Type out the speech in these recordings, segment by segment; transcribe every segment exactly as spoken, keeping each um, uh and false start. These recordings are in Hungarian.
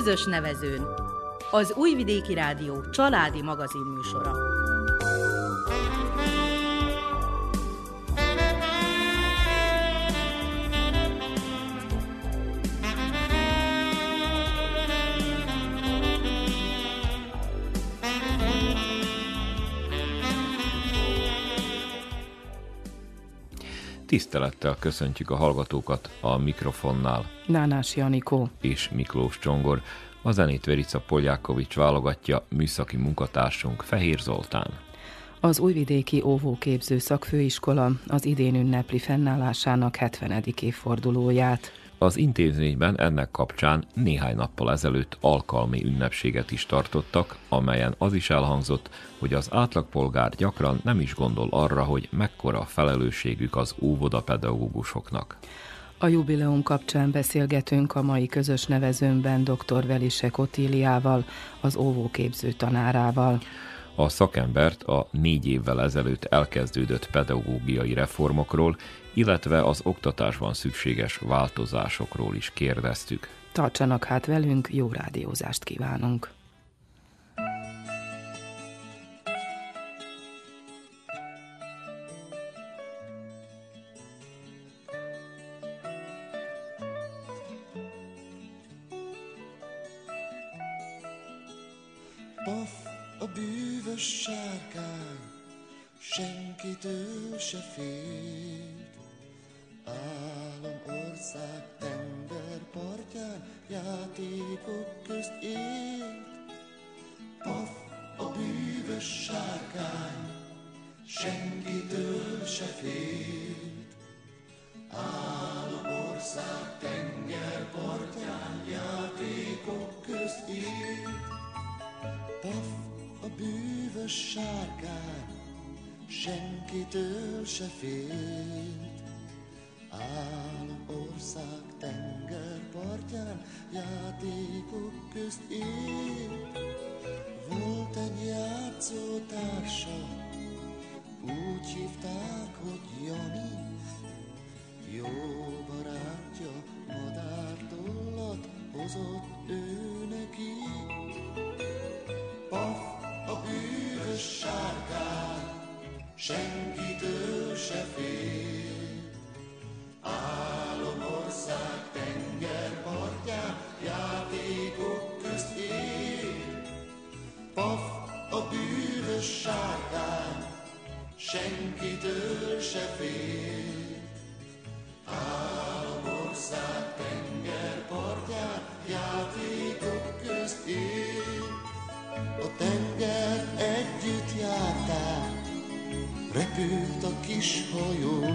közös nevezőn. Az Újvidéki Rádió családi magazinműsora. Tisztelettel köszöntjük a hallgatókat a mikrofonnál. Nánás Janikó És Miklós Csongor. A zenét Verica Poljákovics válogatja, műszaki munkatársunk Fehér Zoltán. Az Újvidéki Óvóképző Szakfőiskola az idén ünnepli fennállásának hetvenedik évfordulóját. Az intézményben ennek kapcsán néhány nappal ezelőtt alkalmi ünnepséget is tartottak, amelyen az is elhangzott, hogy az átlagpolgár gyakran nem is gondol arra, hogy mekkora a felelősségük az óvodapedagógusoknak. A jubileum kapcsán beszélgetünk a mai közös nevezőnben dr. Velisek Otíliával, az óvóképző tanárával. A szakembert a négy évvel ezelőtt elkezdődött pedagógiai reformokról, illetve az oktatásban szükséges változásokról is kérdeztük. Tartsanak hát velünk, jó rádiózást kívánunk! Paf, a bűvös sárkány, senkitől se fél. Álomország tengerpartján játékok közt élt. Paf, a bűvös sárkány, senkitől se félt. Álomország tengerpartján játékok közt élt. Paf, a bűvös sárkány, senkitől se félt. Álomország tengerpartján játékok közt élt. Volt egy játszótársa, úgy hívták, hogy Jani. Jó barátja madártollat hozott ő neki. Paf, a bűvös sárkány, senkitől se fél. Álomország tengerpartján játékok közt él. Paf, a bűvös sárkány, senkitől se fél. Álomország tengerpartján játékok közt él. A tenger együtt járták, repült a kis hajó.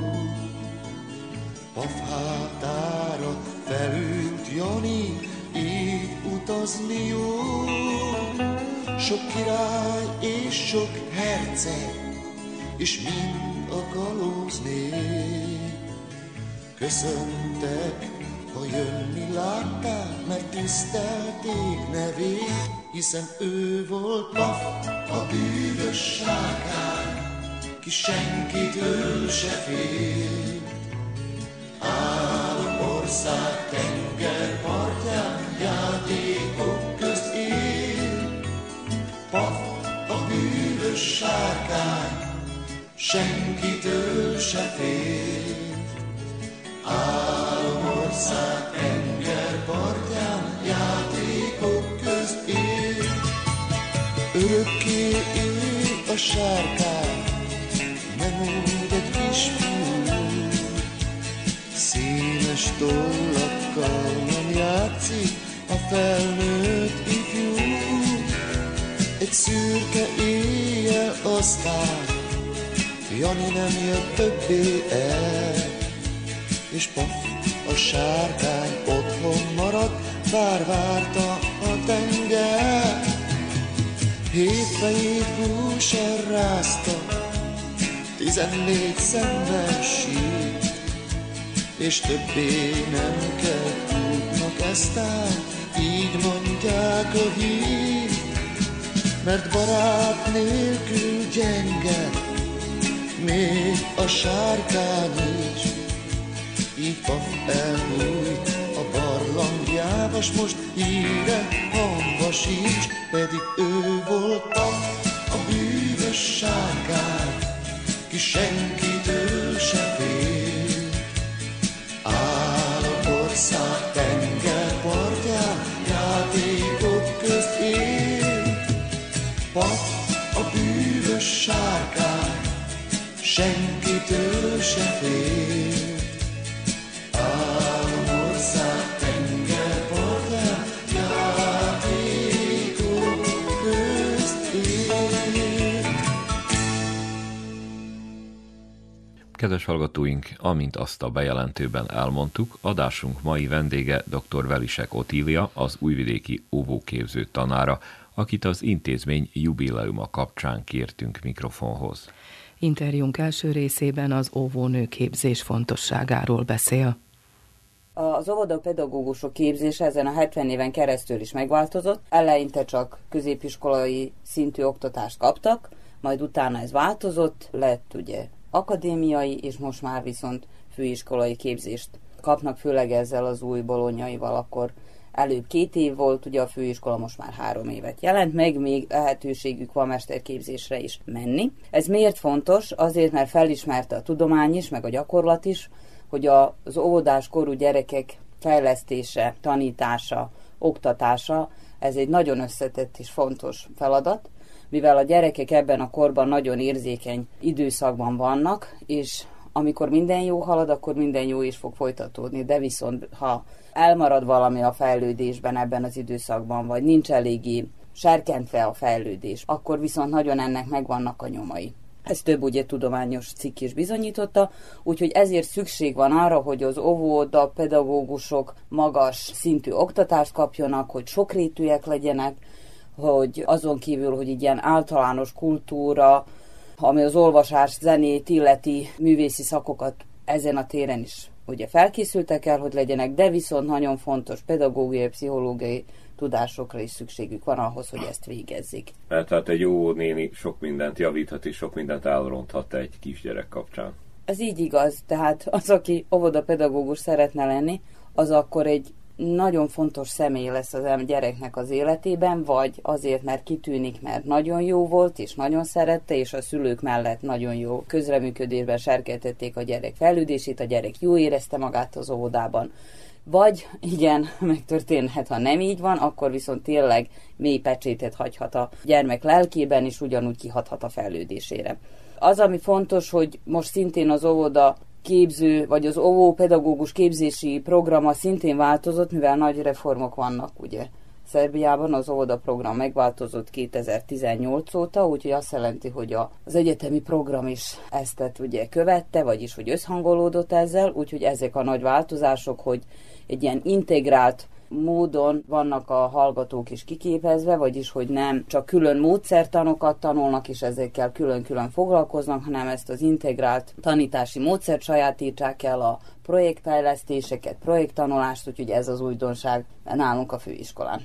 Paf hátára felült Jani, így utazni jó. Sok király és sok herceg, és mind a kalóz nép. Köszöntek, ha jönni látták, mert tisztelték nevét, hiszen ő volt Paf, a bűvös sárkány, ki senkitől se fél. Álomország tengerpartján játékok közt él. Paf, a bűvös sárkány, senkitől se fél. Álomország tengerpartján játékok közt él. Örökké él a sárkány, nem úgy egy kisfiú. Színes tollakkal nem játszik a felnőtt ifjú. Egy szürke éjjel aztán Jani nem jött többé el, és Paf, a sárkány otthon maradt, bár várta a tenger. Hét fejét hússal rázta, tizennégy szemben sírt, és többé nem kell tudnak eztán, így mondják a hír. Mert barát nélkül gyenge, még a sárkány is. Így Paf elbújt a barlangjába, s most híre hangva sincs, pedig ő volt pap, a bűvös sárkány, ki senkitől se fél. Áll a ország tengerpartján, játékok közt él. Pap, a bűvös sárkány, senkitől se fél. Áll a ország tengerpartján, játékok közt él. Kedves hallgatóink, amint azt a bejelentőben elmondtuk, adásunk mai vendége dr. Velisek Otília, az újvidéki óvóképző tanára, akit az intézmény jubileuma kapcsán kértünk mikrofonhoz. Interjúnk első részében az óvónőképzés fontosságáról beszél. Az óvodapedagógusok képzése ezen a hetven éven keresztül is megváltozott. Eleinte csak középiskolai szintű oktatást kaptak, majd utána ez változott, lett ugye akadémiai, és most már viszont főiskolai képzést kapnak, főleg ezzel az új bolonyaival. Akkor előbb két év volt, ugye a főiskola most már három évet jelent, meg még lehetőségük van mesterképzésre is menni. Ez miért fontos? Azért, mert felismerte a tudomány is, meg a gyakorlat is, hogy az óvodás korú gyerekek fejlesztése, tanítása, oktatása, ez egy nagyon összetett és fontos feladat, mivel a gyerekek ebben a korban nagyon érzékeny időszakban vannak, és amikor minden jó halad, akkor minden jó is fog folytatódni, de viszont ha elmarad valami a fejlődésben ebben az időszakban, vagy nincs eléggé serkentve a fejlődés, akkor viszont nagyon ennek megvannak a nyomai. Ez több ugye tudományos cikk is bizonyította, úgyhogy ezért szükség van arra, hogy az óvoda pedagógusok magas szintű oktatást kapjanak, hogy sokrétűek legyenek, hogy azon kívül, hogy egy ilyen általános kultúra, ami az olvasás, zenét illeti művészi szakokat ezen a téren is ugye felkészültek el, hogy legyenek, de viszont nagyon fontos pedagógiai, pszichológiai tudásokra is szükségük van ahhoz, hogy ezt végezzék. Tehát egy jó néni sok mindent javíthat és sok mindent elronthat egy kisgyerek kapcsán. Ez így igaz, tehát az, aki óvodapedagógus szeretne lenni, az akkor egy nagyon fontos személy lesz az gyereknek az életében, vagy azért, mert kitűnik, mert nagyon jó volt, és nagyon szerette, és a szülők mellett nagyon jó közreműködésben serkentették a gyerek fejlődését, a gyerek jó érezte magát az óvodában. Vagy igen, megtörténhet, ha nem így van, akkor viszont tényleg mély pecsétet hagyhat a gyermek lelkében, és ugyanúgy kihathat a fejlődésére. Az, ami fontos, hogy most szintén az óvoda képző, vagy az óvópedagógus képzési programa szintén változott, mivel nagy reformok vannak, ugye. Szerbiában az óvoda program megváltozott kétezer-tizennyolc óta, úgyhogy azt jelenti, hogy az egyetemi program is ezt ugye követte, vagyis hogy összhangolódott ezzel, úgyhogy ezek a nagy változások, hogy egy ilyen integrált módon vannak a hallgatók is kiképezve, vagyis hogy nem csak külön módszertanokat tanulnak, és ezekkel külön-külön foglalkoznak, hanem ezt az integrált tanítási módszert sajátítsák el, a projektfejlesztéseket, projekttanulást, úgyhogy ez az újdonság nálunk a főiskolán.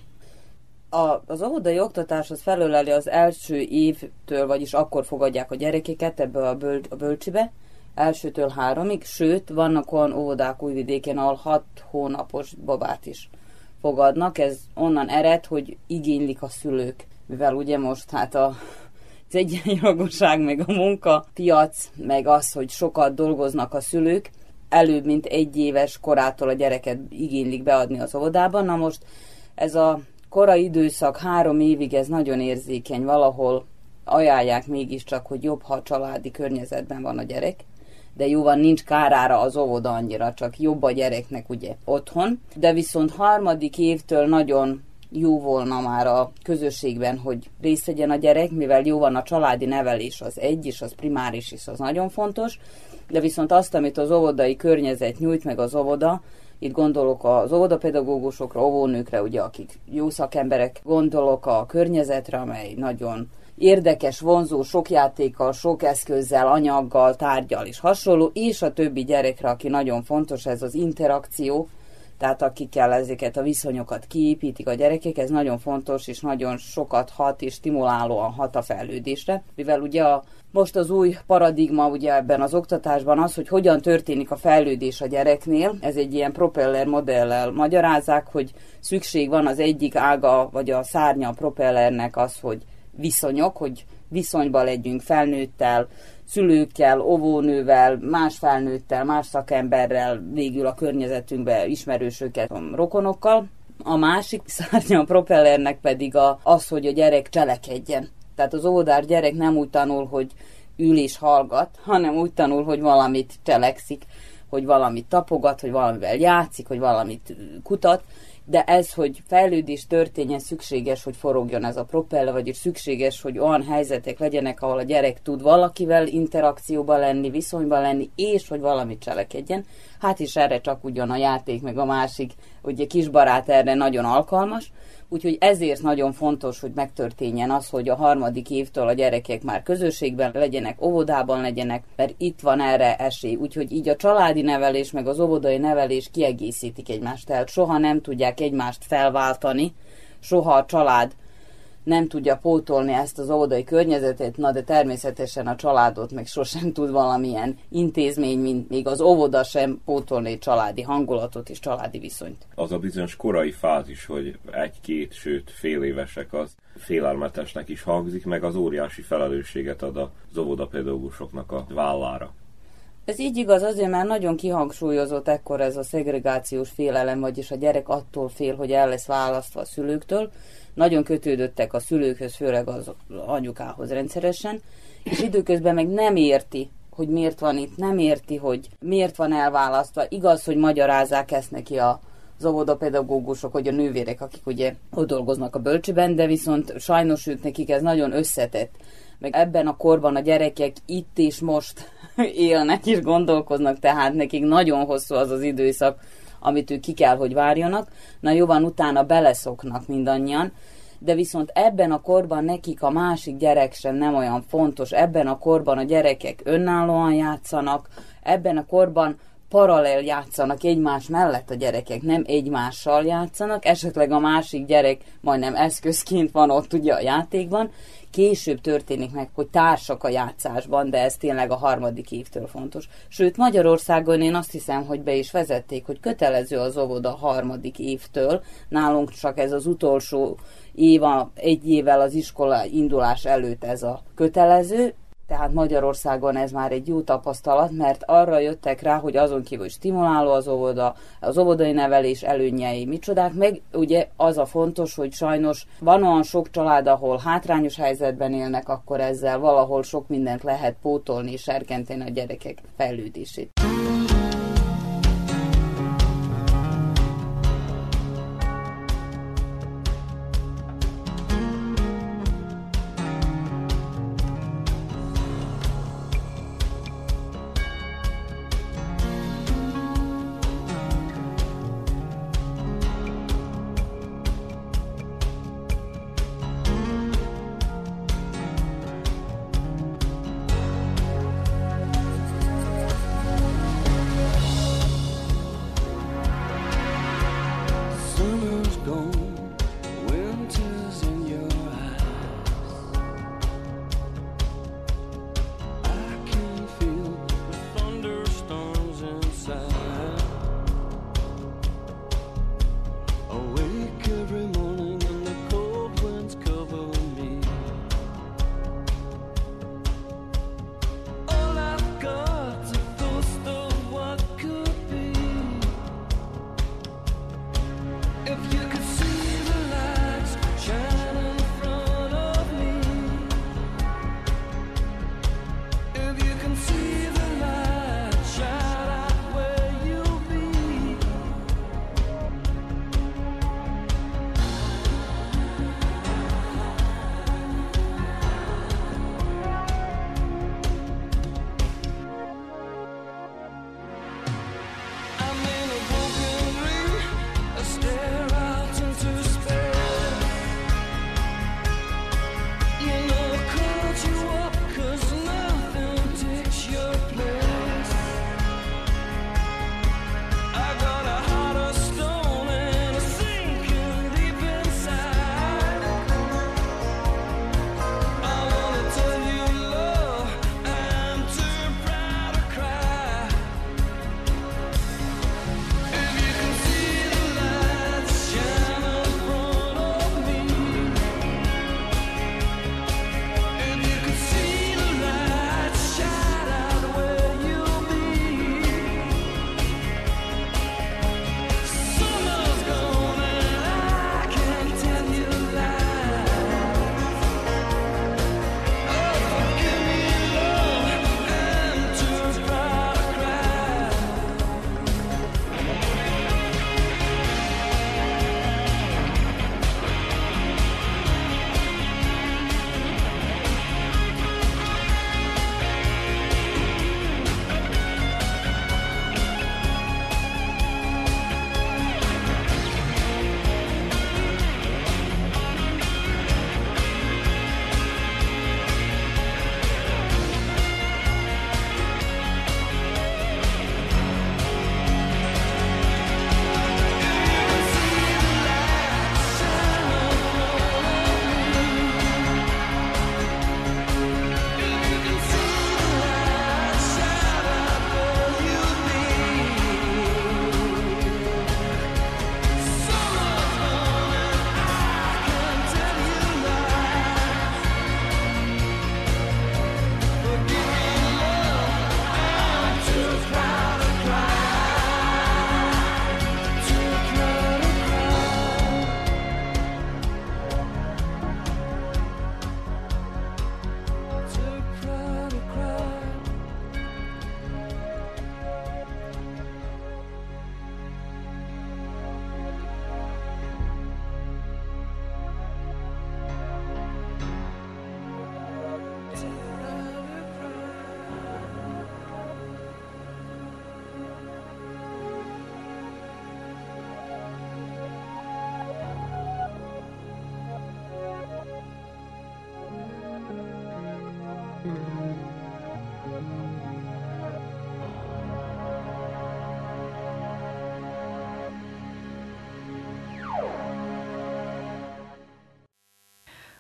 A, az óvodai oktatás az felöleli az első évtől, vagyis akkor fogadják a gyerekeket ebbe a, böl, a bölcsibe, elsőtől háromig, sőt, vannak olyan óvodák Újvidéken, ahol hat hónapos babát is fogadnak. Ez onnan ered, hogy igénylik a szülők, mivel ugye most hát a, az egyenjogúság, meg a munkapiac, meg az, hogy sokat dolgoznak a szülők, előbb, mint egy éves korától a gyereket igénylik beadni az óvodában. Na most ez a korai időszak, három évig ez nagyon érzékeny, valahol ajánlják mégiscsak, hogy jobb, ha családi környezetben van a gyerek, de jó van, nincs kárára az óvoda annyira, csak jobb a gyereknek ugye otthon, de viszont harmadik évtől nagyon jó volna már a közösségben, hogy részt vegyen a gyerek, mivel jó van a családi nevelés, az egy is, az primáris is, az nagyon fontos, de viszont azt, amit az óvodai környezet nyújt meg az óvoda, itt gondolok az óvodapedagógusokra, óvónőkre, ugye, akik jó szakemberek, gondolok a környezetre, amely nagyon érdekes, vonzó, sok játékkal, sok eszközzel, anyaggal, tárgyal és hasonló, és a többi gyerekre, aki nagyon fontos, ez az interakció, tehát akikkel ezeket a viszonyokat kiépítik a gyerekek, ez nagyon fontos, és nagyon sokat hat, és stimulálóan hat a fejlődésre, mivel ugye a Most az új paradigma ugye ebben az oktatásban az, hogy hogyan történik a fejlődés a gyereknél. Ez egy ilyen propeller modellel magyarázzák, hogy szükség van az egyik ága, vagy a szárnya a propellernek az, hogy viszonyok, hogy viszonyban legyünk felnőttel, szülőkkel, óvónővel, más felnőttel, más szakemberrel, végül a környezetünkben ismerősöket, rokonokkal. A másik szárnya a propellernek pedig a, az, hogy a gyerek cselekedjen. Tehát az óvodás gyerek nem úgy tanul, hogy ül és hallgat, hanem úgy tanul, hogy valamit cselekszik, hogy valamit tapogat, hogy valamivel játszik, hogy valamit kutat, de ez, hogy fejlődés történjen, szükséges, hogy forogjon ez a propeller, vagyis szükséges, hogy olyan helyzetek legyenek, ahol a gyerek tud valakivel interakcióban lenni, viszonyban lenni, és hogy valamit cselekedjen. Hát is erre csak ugyan a játék, meg a másik, ugye kisbarát erre nagyon alkalmas, úgyhogy ezért nagyon fontos, hogy megtörténjen az, hogy a harmadik évtől a gyerekek már közösségben legyenek, óvodában legyenek, mert itt van erre esély. Úgyhogy így a családi nevelés meg az óvodai nevelés kiegészítik egymást, tehát soha nem tudják egymást felváltani, soha a család nem tudja pótolni ezt az óvodai környezetet, na de természetesen a családot meg sosem tud valamilyen intézmény, mint még az óvoda sem pótolni családi hangulatot és családi viszonyt. Az a bizonyos korai fázis, hogy egy-két, sőt fél évesek, az félelmetesnek is hangzik, meg az óriási felelősséget ad az óvodapedagógusoknak a vállára. Ez így igaz azért, mert nagyon kihangsúlyozott ekkor ez a szegregációs félelem, vagyis a gyerek attól fél, hogy el lesz választva a szülőktől. Nagyon kötődöttek a szülőkhöz, főleg az anyukához rendszeresen, és időközben meg nem érti, hogy miért van itt, nem érti, hogy miért van elválasztva. Igaz, hogy magyarázzák ezt neki a az óvodapedagógusok, hogy a nővérek, akik ugye ott dolgoznak a bölcsőben, de viszont sajnos ők nekik ez nagyon összetett. Meg ebben a korban a gyerekek itt és most élnek és gondolkoznak, tehát nekik nagyon hosszú az az időszak, amit ők ki kell, hogy várjanak. Na jó van, utána beleszoknak mindannyian, de viszont ebben a korban nekik a másik gyerek sem nem olyan fontos. Ebben a korban a gyerekek önállóan játszanak, ebben a korban paralel játszanak egymás mellett a gyerekek, nem egymással játszanak, esetleg a másik gyerek majdnem eszközként van ott ugye a játékban. Később történik meg, hogy társak a játszásban, de ez tényleg a harmadik évtől fontos. Sőt, Magyarországon én azt hiszem, hogy be is vezették, hogy kötelező az óvoda harmadik évtől. Nálunk csak ez az utolsó év, egy évvel az iskola indulás előtt ez a kötelező. Tehát Magyarországon ez már egy jó tapasztalat, mert arra jöttek rá, hogy azon kívül stimuláló az óvoda, az óvodai nevelés előnyei micsodák, meg ugye az a fontos, hogy sajnos van olyan sok család, ahol hátrányos helyzetben élnek, akkor ezzel valahol sok mindent lehet pótolni és serkenteni a gyerekek fejlődését.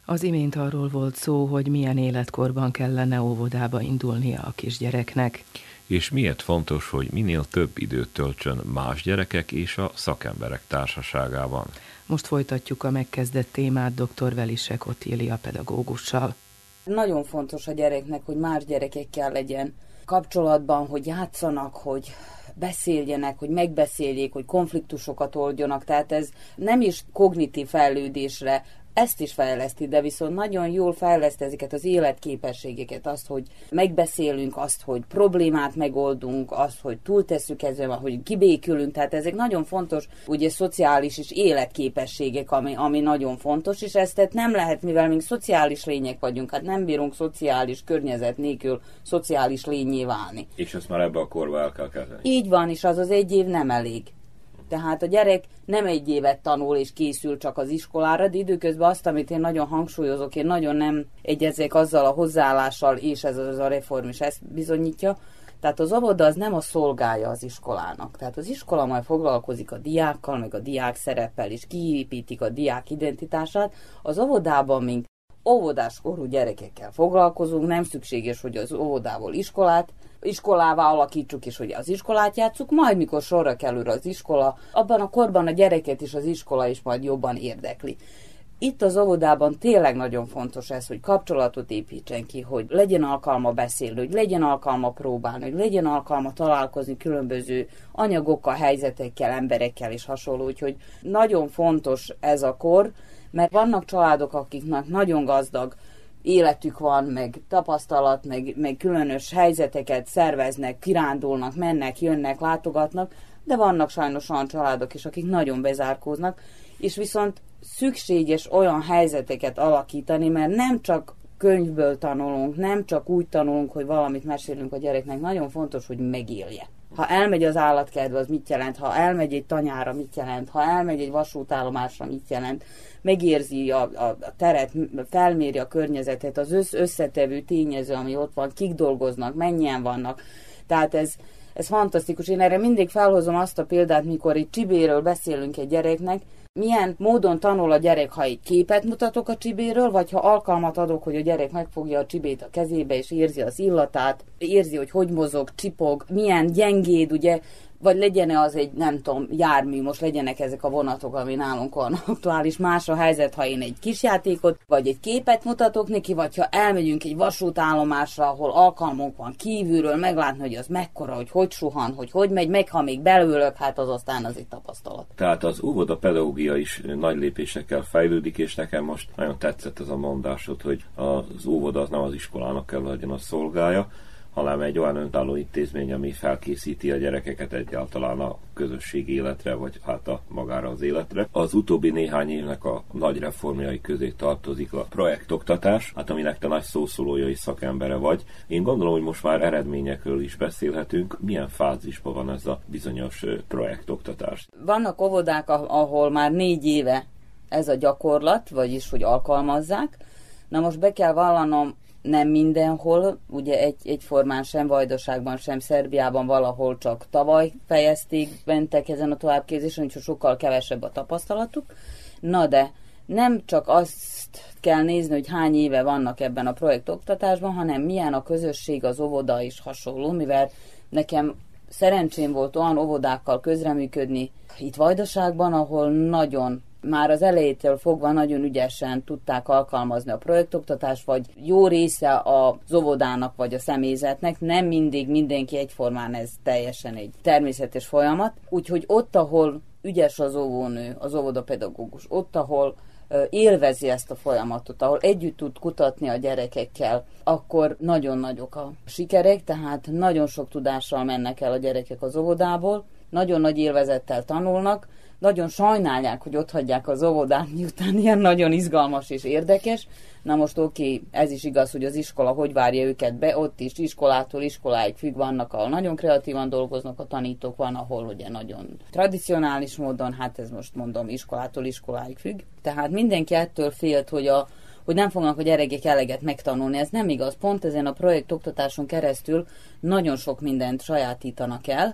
Az imént arról volt szó, hogy milyen életkorban kellene óvodába indulnia a kisgyereknek. És miért fontos, hogy minél több időt töltsön más gyerekek és a szakemberek társaságában. Most folytatjuk a megkezdett témát dr. Velisek Otília pedagógussal. Nagyon fontos a gyereknek, hogy más gyerekekkel legyen kapcsolatban, hogy játszanak, hogy beszéljenek, hogy megbeszéljék, hogy konfliktusokat oldjanak. Tehát ez nem is kognitív fejlődésre, ezt is fejleszti, de viszont nagyon jól fejleszti ezeket az életképességeket, azt, hogy megbeszélünk, azt, hogy problémát megoldunk, azt, hogy túltesszük ezzel, hogy kibékülünk, tehát ezek nagyon fontos, ugye szociális és életképességek, ami, ami nagyon fontos, és ezt tehát nem lehet, mivel még szociális lények vagyunk, hát nem bírunk szociális környezet nélkül szociális lényé válni. És ezt már ebbe a korba el kell kezdeni. Így van, és az az egy év nem elég. Tehát a gyerek nem egy évet tanul és készül csak az iskolára, de időközben azt, amit én nagyon hangsúlyozok, én nagyon nem egyezek azzal a hozzáállással, és ez az a reform is ezt bizonyítja. Tehát az óvoda az nem a szolgálja az iskolának. Tehát az iskola majd foglalkozik a diákkal, meg a diák szereppel, és kiépítik a diák identitását. Az óvodában, mint óvodáskorú gyerekekkel foglalkozunk, nem szükséges, hogy az óvodából iskolát, iskolává alakítsuk, és hogy az iskolát játsszuk, majd mikor sorra kerül az iskola, abban a korban a gyereket is az iskola is majd jobban érdekli. Itt az óvodában tényleg nagyon fontos ez, hogy kapcsolatot építsen ki, hogy legyen alkalma beszélni, hogy legyen alkalma próbálni, hogy legyen alkalma találkozni különböző anyagokkal, helyzetekkel, emberekkel és hasonló, úgyhogy nagyon fontos ez a kor, mert vannak családok, akiknek nagyon gazdag életük van, meg tapasztalat, meg, meg különös helyzeteket szerveznek, kirándulnak, mennek, jönnek, látogatnak, de vannak sajnos olyan családok is, akik nagyon bezárkóznak, és viszont szükséges olyan helyzeteket alakítani, mert nem csak könyvből tanulunk, nem csak úgy tanulunk, hogy valamit mesélünk a gyereknek, nagyon fontos, hogy megélje. Ha elmegy az állatkertbe, az mit jelent? Ha elmegy egy tanyára, mit jelent? Ha elmegy egy vasútállomásra, mit jelent? Megérzi a, a, a teret, felméri a környezetet, az össz, összetevő tényező, ami ott van, kik dolgoznak, mennyien vannak. Tehát ez, ez fantasztikus. Én erre mindig felhozom azt a példát, mikor egy csibéről beszélünk egy gyereknek, milyen módon tanul a gyerek, ha egy képet mutatok a csibéről, vagy ha alkalmat adok, hogy a gyerek megfogja a csibét a kezébe, és érzi az illatát, érzi, hogy hogy mozog, csipog, milyen gyengéd, ugye, vagy legyen-e az egy, nem tudom, jármű, most legyenek ezek a vonatok, ami nálunk van aktuális. Más a helyzet, ha én egy kisjátékot, vagy egy képet mutatok neki, vagy ha elmegyünk egy vasútállomásra, ahol alkalmunk van kívülről meglátni, hogy az mekkora, hogy hogy suhan, hogy hogy megy, meg ha még belőlök, hát az aztán az egy tapasztalat. Tehát az óvoda pedagógia is nagy lépésekkel fejlődik, és nekem most nagyon tetszett ez a mondásod, hogy az óvoda az nem az iskolának kell, legyen a szolgálja, hanem egy olyan önálló intézmény, ami felkészíti a gyerekeket egyáltalán a közösség életre, vagy hát a magára az életre. Az utóbbi néhány évnek a nagy reformjai közé tartozik a projektoktatás, hát aminek te nagy szószólója és szakembere vagy. Én gondolom, hogy most már eredményekről is beszélhetünk. Milyen fázisban van ez a bizonyos projektoktatás? Vannak óvodák, ahol már négy éve ez a gyakorlat, vagyis hogy alkalmazzák. Na most be kell vallanom, nem mindenhol, ugye egy, egyformán sem Vajdaságban, sem Szerbiában, valahol csak tavaly fejezték, mentek ezen a továbbképzésen, úgyhogy sokkal kevesebb a tapasztalatuk. Na de nem csak azt kell nézni, hogy hány éve vannak ebben a projektoktatásban, hanem milyen a közösség, az óvoda is hasonló, mivel nekem szerencsém volt olyan óvodákkal közreműködni itt Vajdaságban, ahol nagyon már az elejétől fogva nagyon ügyesen tudták alkalmazni a projektoktatást, vagy jó része az óvodának, vagy a személyzetnek, nem mindig mindenki egyformán, ez teljesen egy természetes folyamat. Úgyhogy ott, ahol ügyes az óvónő, az óvodapedagógus, ott, ahol élvezi ezt a folyamatot, ahol együtt tud kutatni a gyerekekkel, akkor nagyon nagyok a sikerek, tehát nagyon sok tudással mennek el a gyerekek az óvodából, nagyon nagy élvezettel tanulnak, nagyon sajnálják, hogy ott hagyják az óvodát, miután ilyen nagyon izgalmas és érdekes. Na most oké, okay, ez is igaz, hogy az iskola hogy várja őket be, ott is iskolától iskoláig függ, vannak, ahol nagyon kreatívan dolgoznak a tanítók, van, ahol ugye nagyon tradicionális módon, hát ez most mondom, iskolától iskoláig függ. Tehát mindenki ettől félt, hogy, a, hogy nem fognak a gyerekek eleget megtanulni, ez nem igaz. Pont ezen a projektoktatáson keresztül nagyon sok mindent sajátítanak el,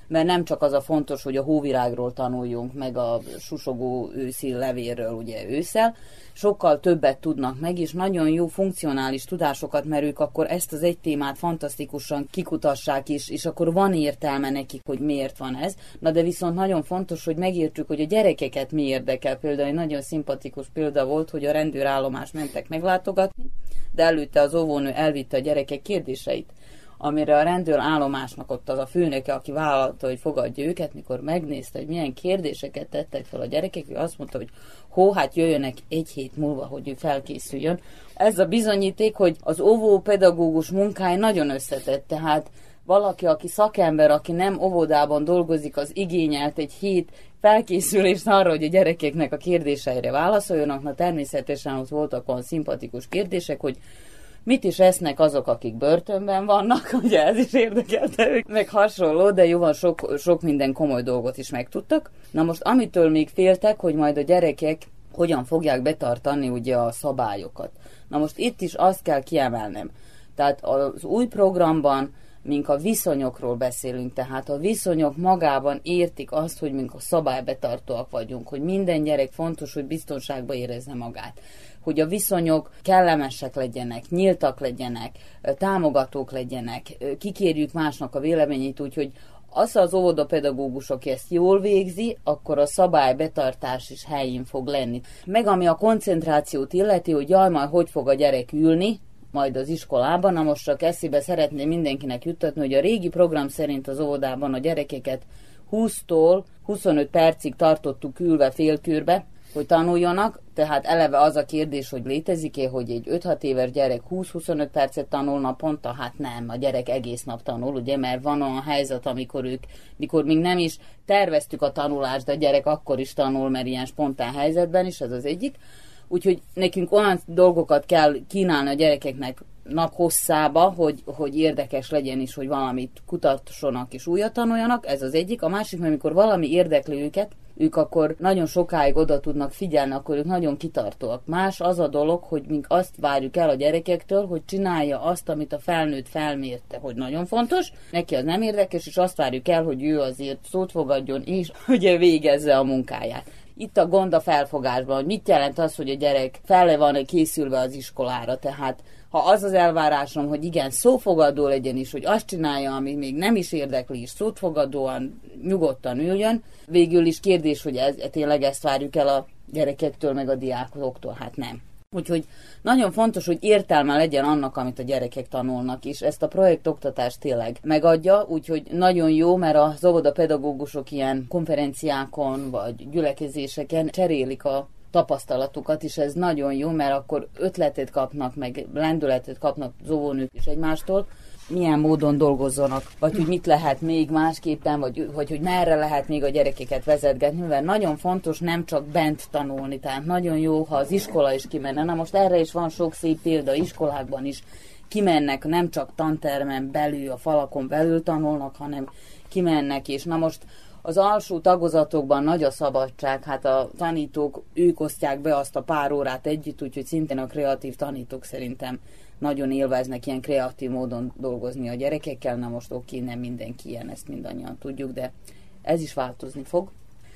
mert nem csak az a fontos, hogy a hóvirágról tanuljunk, meg a susogó őszi levélről ugye ősszel, sokkal többet tudnak meg, és nagyon jó funkcionális tudásokat, mert ők akkor ezt az egy témát fantasztikusan kikutassák is, és akkor van értelme nekik, hogy miért van ez. Na de viszont nagyon fontos, hogy megértsük, hogy a gyerekeket mi érdekel. Például egy nagyon szimpatikus példa volt, hogy a rendőrállomást mentek meglátogatni, de előtte az óvónő elvitte a gyerekek kérdéseit, amire a rendőrállomásnak ott az a főnöke, aki vállalta, hogy fogadja őket, mikor megnézte, hogy milyen kérdéseket tettek fel a gyerekek, ő azt mondta, hogy hó, hát jöjjönek egy hét múlva, hogy ő felkészüljön. Ez a bizonyíték, hogy az óvópedagógus munkája nagyon összetett, tehát valaki, aki szakember, aki nem óvodában dolgozik, az igényelt egy hét felkészülést arra, hogy a gyerekeknek a kérdéseire válaszoljanak. Na természetesen ott voltak olyan szimpatikus kérdések, hogy mit is esznek azok, akik börtönben vannak, ugye ez is érdekelte ők, meg hasonló, de jó van, sok, sok minden komoly dolgot is megtudtak. Na most amitől még féltek, hogy majd a gyerekek hogyan fogják betartani ugye a szabályokat. Na most itt is azt kell kiemelnem. Tehát az új programban mink a viszonyokról beszélünk, tehát a viszonyok magában értik azt, hogy mink a szabálybetartóak vagyunk, hogy minden gyerek fontos, hogy biztonságban érezze magát, hogy a viszonyok kellemesek legyenek, nyíltak legyenek, támogatók legyenek, kikérjük másnak a véleményét, úgyhogy az az óvodapedagógus, aki ezt jól végzi, akkor a szabálybetartás is helyén fog lenni. Meg ami a koncentrációt illeti, hogy jaj, majd hogy fog a gyerek ülni, majd az iskolában, na most csak eszébe szeretném mindenkinek juttatni, hogy a régi program szerint az óvodában a gyerekeket húsztól huszonöt percig tartottuk ülve félkörbe, hogy tanuljanak, tehát eleve az a kérdés, hogy létezik-e, hogy egy öt-hat éves gyerek húsz-huszonöt percet tanul naponta? Hát nem, a gyerek egész nap tanul, ugye, mert van olyan helyzet, amikor ők, mikor még nem is terveztük a tanulást, de a gyerek akkor is tanul, mert ilyen spontán helyzetben is, ez az egyik. Úgyhogy nekünk olyan dolgokat kell kínálni a gyerekeknek naphosszába, hogy, hogy érdekes legyen is, hogy valamit kutassanak és újat tanuljanak, ez az egyik. A másik, mert amikor valami érdekli őket, ők akkor nagyon sokáig oda tudnak figyelni, akkor ők nagyon kitartóak. Más az a dolog, hogy mink azt várjuk el a gyerekektől, hogy csinálja azt, amit a felnőtt felmérte, hogy nagyon fontos, neki az nem érdekes, és azt várjuk el, hogy ő azért szót fogadjon, és ugye végezze a munkáját. Itt a gond a felfogásban, hogy mit jelent az, hogy a gyerek fel van készülve az iskolára, tehát ha az az elvárásom, hogy igen, szófogadó legyen is, hogy azt csinálja, ami még nem is érdekli, és szófogadóan, nyugodtan üljön, végül is kérdés, hogy ez, tényleg ezt várjuk el a gyerekektől, meg a diákoktól, hát nem. Úgyhogy nagyon fontos, hogy értelme legyen annak, amit a gyerekek tanulnak, és ezt a projektoktatás tényleg megadja, úgyhogy nagyon jó, mert az óvodapedagógusok ilyen konferenciákon vagy gyülekezéseken cserélik a tapasztalatukat, és ez nagyon jó, mert akkor ötletet kapnak, meg lendületet kapnak az óvónők is egymástól, milyen módon dolgozzanak, vagy hogy mit lehet még másképpen, vagy, vagy hogy merre lehet még a gyerekeket vezetgetni, mert nagyon fontos nem csak bent tanulni, tehát nagyon jó, ha az iskola is kimenne. Na most erre is van sok szép példa, iskolákban is kimennek, nem csak tantermen belül, a falakon belül tanulnak, hanem kimennek, és na most az alsó tagozatokban nagy a szabadság, hát a tanítók, ők osztják be azt a pár órát együtt, úgyhogy szintén a kreatív tanítók szerintem nagyon élveznek ilyen kreatív módon dolgozni a gyerekekkel. Na most oké, nem mindenki ilyen, ezt mindannyian tudjuk, de ez is változni fog.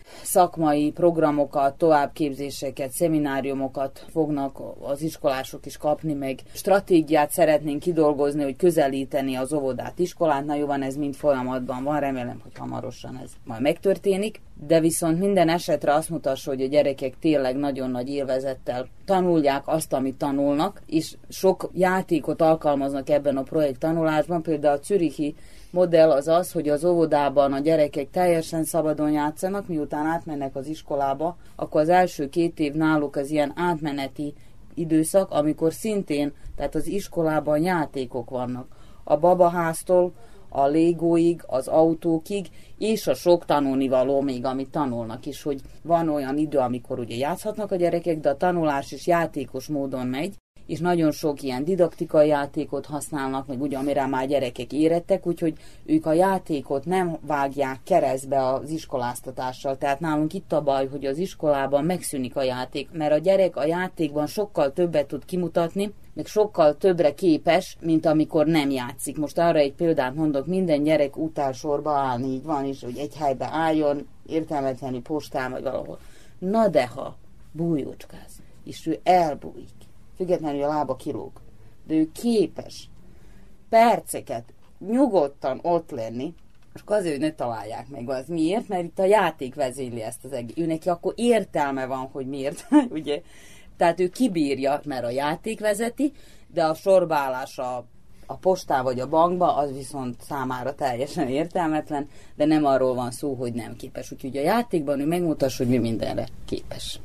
Szakmai programokat, továbbképzéseket, szemináriumokat fognak az iskolások is kapni, meg stratégiát szeretnénk kidolgozni, hogy közelíteni az óvodát iskolát. Na jó van, ez mind folyamatban van, remélem, hogy hamarosan ez majd megtörténik. De viszont minden esetre azt mutassa, hogy a gyerekek tényleg nagyon nagy élvezettel tanulják azt, amit tanulnak, és sok játékot alkalmaznak ebben a projekt tanulásban. Például a zürichi modell az az, hogy az óvodában a gyerekek teljesen szabadon játszanak, miután átmennek az iskolába, akkor az első két év náluk az ilyen átmeneti időszak, amikor szintén, tehát az iskolában játékok vannak. A babaháztól a légóig, az autókig, és a sok tanulnivaló még, amit tanulnak is, hogy van olyan idő, amikor ugye játszhatnak a gyerekek, de a tanulás is játékos módon megy, és nagyon sok ilyen didaktikai játékot használnak, meg ugye amire már gyerekek érettek, úgyhogy ők a játékot nem vágják keresztbe az iskoláztatással. Tehát nálunk itt a baj, hogy az iskolában megszűnik a játék, mert a gyerek a játékban sokkal többet tud kimutatni, meg sokkal többre képes, mint amikor nem játszik. Most arra egy példát mondok, minden gyerek után sorba állni, így van is, hogy egy helybe álljon, értelmetlenül postán vagy valahol. Na de ha bújócskáz, és ő elbújik, függetlenül a lába kilóg, de ő képes perceket nyugodtan ott lenni, és azért, hogy ne találják meg az. Miért? Mert itt a játék vezényli ezt az egész. Ő neki akkor értelme van, hogy miért, ugye? Tehát ő kibírja, mert a játék vezeti, de a sorbaállás a, a postá vagy a bankba, az viszont számára teljesen értelmetlen, de nem arról van szó, hogy nem képes. Úgyhogy a játékban ő megmutassa, hogy mi mindenre képes.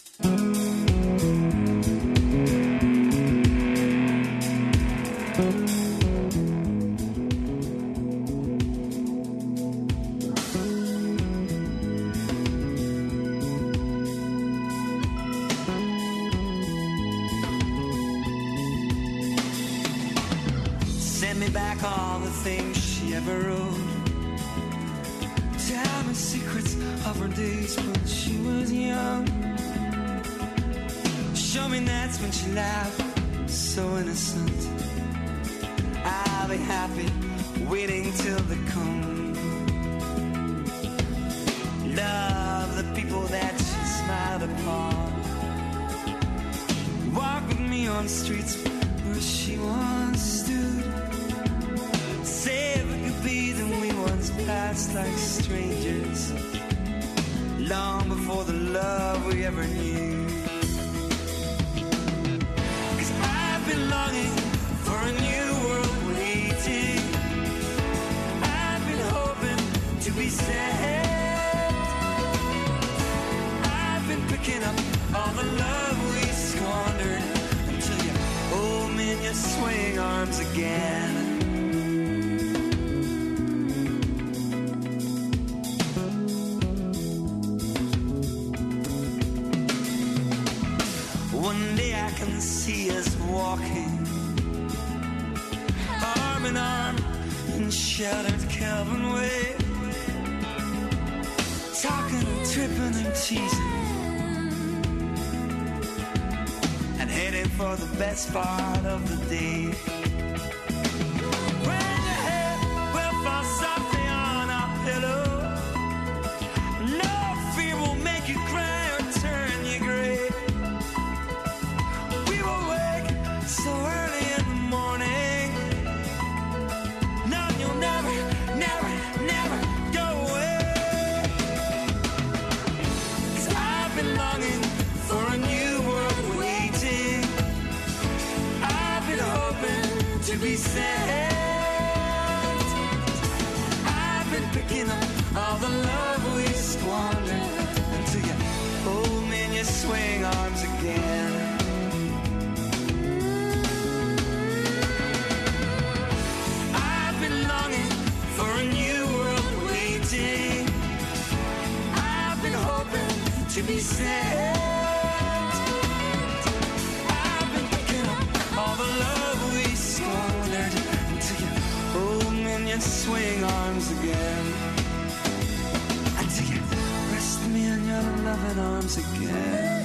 All the things she ever wrote. Tell me secrets of her days when she was young. Show me nights when she laughed, so innocent. I'll be happy waiting till they come. Love the people that she smiled upon. Walk with me on streets where she once stood. Say if it could be that we once passed like strangers, long before the love we ever knew. Cause I've been longing for a new world waiting. I've been hoping to be saved. I've been picking up all the love we squandered until you hold me in your swaying arms again. One day I can see us walking arm in arm in sheltered Calvin Way, talking and tripping and teasing and heading for the best part of the day. When your head will fall softly on our pillow, no fear will make you cry or turn you gray. So early in the morning, no, you'll never, never, never go away. Cause I've been longing for a new world waiting. I've been hoping to be saved. I've been picking up all the love we squandered until you hold me in your swaying arms again. To be saved, I've been picking up all the love we squandered until you hold me in your swing arms again. Until you rest me in your loving arms again.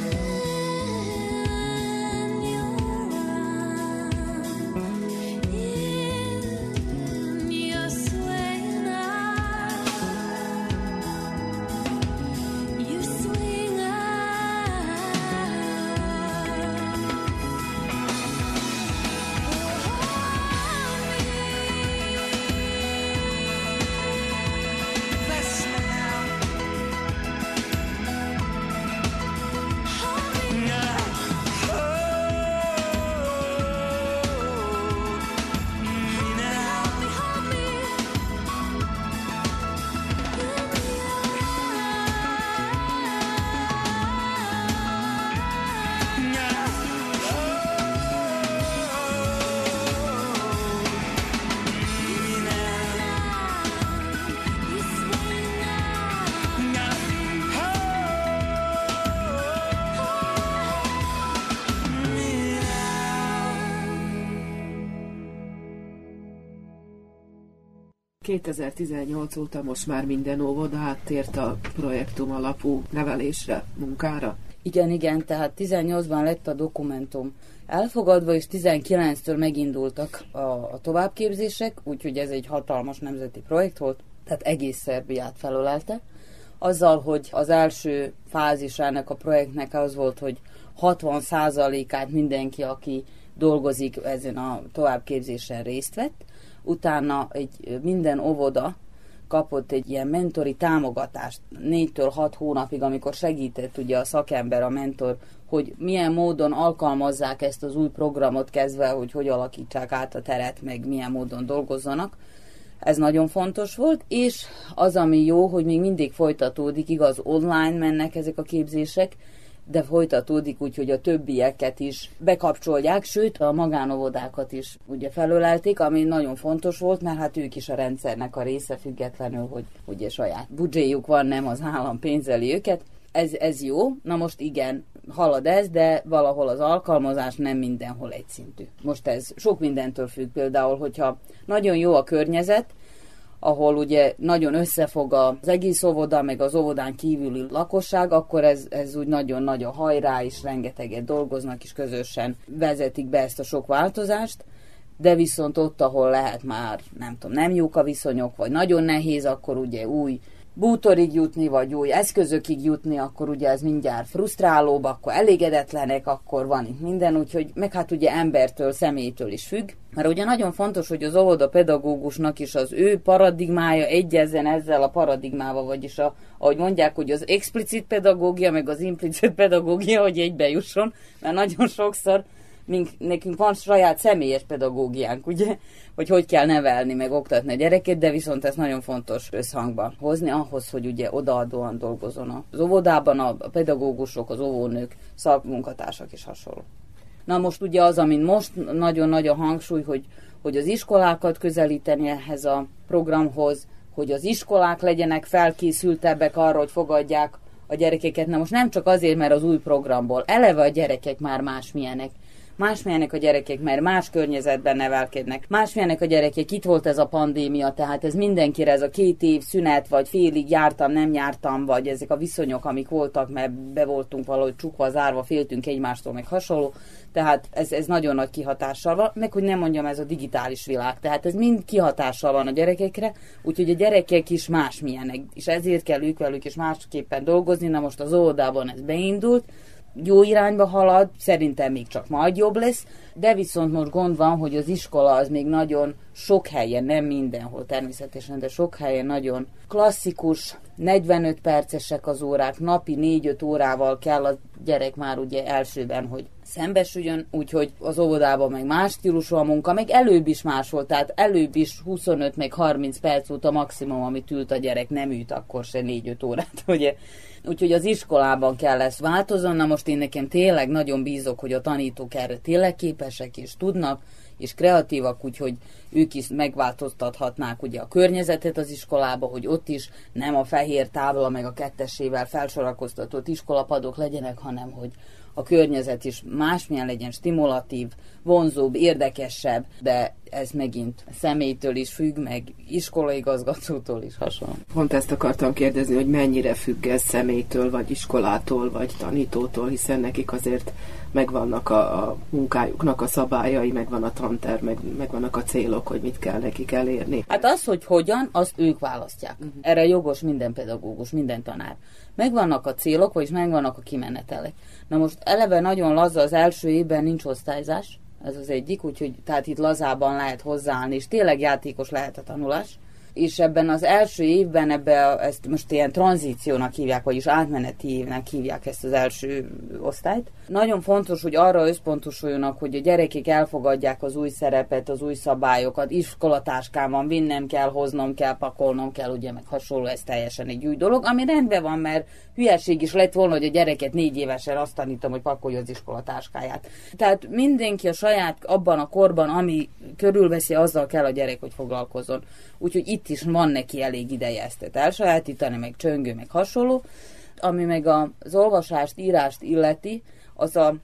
kétezer-tizennyolc óta most már minden óvoda áttért a projektum alapú nevelésre, munkára. Igen, igen, tehát tizennyolcban lett a dokumentum elfogadva, és tizenkilenctől megindultak a, a továbbképzések, úgyhogy ez egy hatalmas nemzeti projekt volt, tehát egész Szerbiát felölelte. Azzal, hogy az első fázisának a projektnek az volt, hogy hatvan százalékát mindenki, aki dolgozik ezen a továbbképzésen részt vett. Utána egy minden óvoda kapott egy ilyen mentori támogatást négytől hat hónapig, amikor segített ugye a szakember, a mentor, hogy milyen módon alkalmazzák ezt az új programot kezdve, hogy hogy alakítsák át a teret, meg milyen módon dolgozzanak. Ez nagyon fontos volt, és az, ami jó, hogy még mindig folytatódik, igaz, online mennek ezek a képzések, de folytatódik úgy, hogy a többieket is bekapcsolják, sőt a magánovodákat is ugye felölelték, ami nagyon fontos volt, mert hát ők is a rendszernek a része, függetlenül, hogy ugye saját budzséjuk van, nem az állam pénzeli őket. Ez, ez jó, na most igen, halad ez, de valahol az alkalmazás nem mindenhol egyszintű. Most ez sok mindentől függ, például, hogyha nagyon jó a környezet, ahol ugye nagyon összefog az egész óvoda, meg az óvodán kívüli lakosság, akkor ez, ez úgy nagyon nagy a hajrá, és rengeteget dolgoznak, és közösen vezetik be ezt a sok változást, de viszont ott, ahol lehet már, nem tudom, nem jók a viszonyok, vagy nagyon nehéz, akkor ugye új bútorig jutni, vagy új eszközökig jutni, akkor ugye ez mindjárt frusztrálóbb, akkor elégedetlenek, akkor van itt minden, úgyhogy meg hát ugye embertől, személytől is függ. Mert ugye nagyon fontos, hogy az óvoda pedagógusnak is az ő paradigmája egyezzen ezzel a paradigmával, vagyis a, ahogy mondják, hogy az explicit pedagógia, meg az implicit pedagógia, hogy egybe jusson, mert nagyon sokszor mink, nekünk van saját személyes pedagógiánk, ugye, hogy hogy kell nevelni, meg oktatni a gyereket, de viszont ez nagyon fontos összhangba hozni ahhoz, hogy ugye odaadóan dolgozzon az óvodában a pedagógusok, az óvónők, szakmunkatársak és hasonló. Na most ugye az, amin most nagyon nagy a hangsúly, hogy, hogy az iskolákat közelíteni ehhez a programhoz, hogy az iskolák legyenek felkészültebbek arra, hogy fogadják a gyerekeket. Na most nem csak azért, mert az új programból, eleve a gyerekek már másmilyenek. Másmilyenek a gyerekek, mert más környezetben nevelkednek. Másmilyenek a gyerekek, itt volt ez a pandémia, tehát ez mindenkire, ez a két év szünet, vagy félig jártam, nem jártam, vagy ezek a viszonyok, amik voltak, mert be voltunk valahogy csukva, zárva, féltünk egymástól, meg hasonló. Tehát ez, ez nagyon nagy kihatással van, meg hogy nem mondjam, ez a digitális világ. Tehát ez mind kihatással van a gyerekekre, úgyhogy a gyerekek is másmilyenek, és ezért kell ők velük is másképpen dolgozni. Na most az óvodában ez beindult, jó irányba halad, szerintem még csak majd jobb lesz, de viszont most gond van, hogy az iskola az még nagyon sok helyen, nem mindenhol természetesen, de sok helyen nagyon klasszikus, negyvenöt percesek az órák, napi négy-öt órával kell a gyerek már ugye elsőben, hogy szembesüljön, úgyhogy az óvodában meg más stílusú a munka, meg előbb is más volt, tehát előbb is huszonöt meg harminc perc volt a maximum, amit ült a gyerek, nem ült akkor se négy-öt órát, ugye. Úgyhogy az iskolában kell ezt változni. Na most én nekem tényleg nagyon bízok, hogy a tanítók erre tényleg képesek és tudnak, és kreatívak, úgyhogy ők is megváltoztathatnák ugye a környezetet az iskolába, hogy ott is nem a fehér tábla meg a kettesével felsorakoztatott iskolapadok legyenek, hanem hogy a környezet is másmilyen legyen, stimulatív, vonzóbb, érdekesebb, de ez megint személytől is függ, meg iskolaigazgatótól is hasonló. Pont ezt akartam kérdezni, hogy mennyire függ ez személytől, vagy iskolától, vagy tanítótól, hiszen nekik azért megvannak a, a munkájuknak a szabályai, megvan a tanterv, meg, megvannak a célok, hogy mit kell nekik elérni. Hát az, hogy hogyan, azt ők választják. Uh-huh. Erre jogos minden pedagógus, minden tanár. Megvannak a célok, vagyis megvannak a kimenetelek. Na most eleve nagyon laza, az első évben nincs osztályzás, ez az egyik, úgyhogy tehát itt lazában lehet hozzáállni, és tényleg játékos lehet a tanulás. És ebben az első évben, ebben ezt most ilyen tranzíciónak hívják, vagyis átmeneti évnek hívják ezt az első osztályt. Nagyon fontos, hogy arra összpontosuljanak, hogy a gyerekek elfogadják az új szerepet, az új szabályokat, iskolatáskán van, vinnem kell, hoznom kell, pakolnom kell, ugye, meg hasonló, ez teljesen egy új dolog, ami rendben van, mert hülyeség is lett volna, hogy a gyereket négy évesen azt tanítom, hogy pakolja az iskolatáskáját. Tehát mindenki a saját abban a korban, ami körülveszi, azzal kell a gyerek, hogy foglalkozzon. Úgyhogy itt is van neki elég ideje ezt elsajátítani, meg csöngő, meg hasonló. Ami meg az olvasást, írást illeti, az a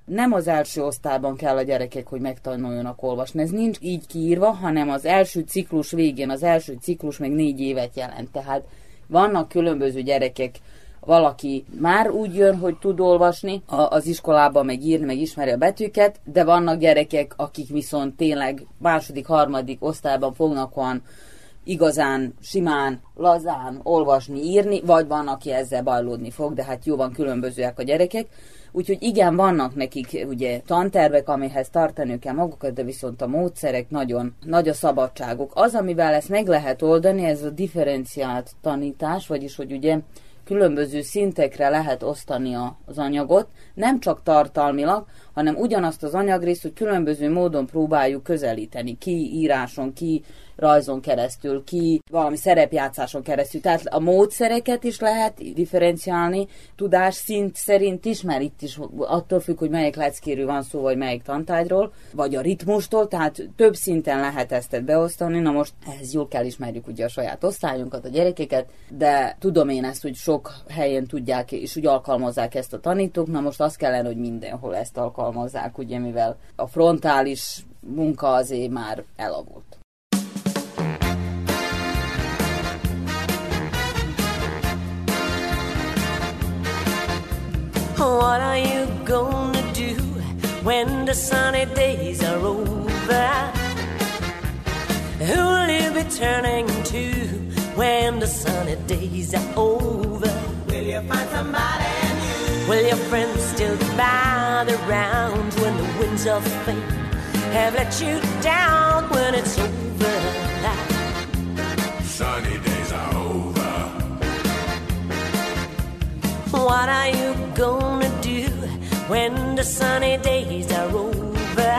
nem az első osztályban kell a gyerekek, hogy megtanuljanak olvasni. Ez nincs így kiírva, hanem az első ciklus végén, az első ciklus meg négy évet jelent. Tehát vannak különböző gyerekek, valaki már úgy jön, hogy tud olvasni az iskolában, meg írni, meg ismeri a betűket, de vannak gyerekek, akik viszont tényleg második, harmadik osztályban fognak olyan igazán, simán, lazán olvasni, írni, vagy van, aki ezzel bajlódni fog, de hát jó van, különbözőek a gyerekek. Úgyhogy igen, vannak nekik ugye tantervek, amihez tartani kell magukat, de viszont a módszerek nagyon nagy a szabadságuk. Az, amivel ezt meg lehet oldani, ez a differenciált tanítás, vagyis hogy ugye különböző szintekre lehet osztani az anyagot, nem csak tartalmilag, hanem ugyanazt az anyagrészt, hogy különböző módon próbáljuk közelíteni, ki íráson, ki rajzon keresztül, ki valami szerepjátszáson keresztül. Tehát a módszereket is lehet differenciálni, tudás szint szerint is, mert itt is attól függ, hogy melyik leckéről van szó, vagy melyik tantárgyról, vagy a ritmustól, tehát több szinten lehet ezt beosztani. Na most ehhez jól kell ismerjük ugye a saját osztályunkat, a gyerekeket, de tudom én ezt, hogy sok helyen tudják és úgy alkalmazzák ezt a tanítók, na most azt kellene, hogy mindenhol ezt alkalmazzák, ugye, mivel a frontális munka azért már elavult. What are you gonna do when the sunny days are over? Who will you be turning to when the sunny days are over? Will you find somebody new? Will your friends still gather round when the winds of fate have let you down when it's over? Sunny days are over. What are you gonna do when the sunny days are over?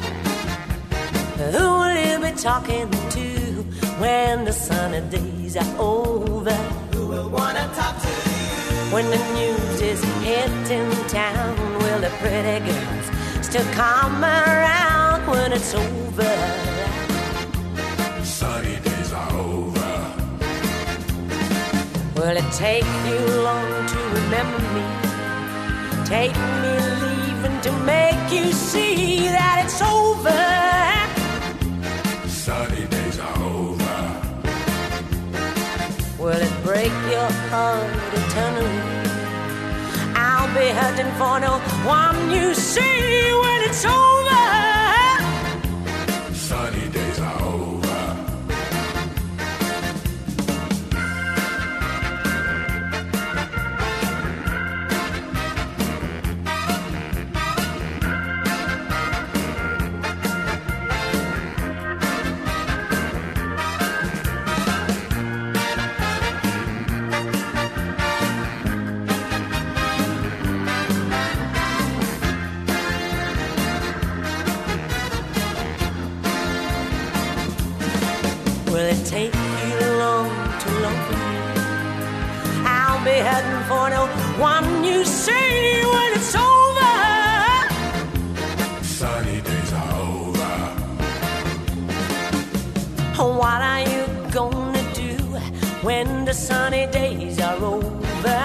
Who will you be talking to when the sunny days are over? Who will wanna talk to you when the news is hitting town? Will the pretty girls still come around when it's over? Sunny days are over. Will it take you long to remember me? Take me leaving to make you see that it's over. Sunny days are over. Will it break your heart eternally? I'll be hurting for no one you see when it's over. Sunny days are over. Will it take you long, too long for me? I'll be heading for no one you see when it's over. Sunny days are over. What are you gonna do when the sunny days are over?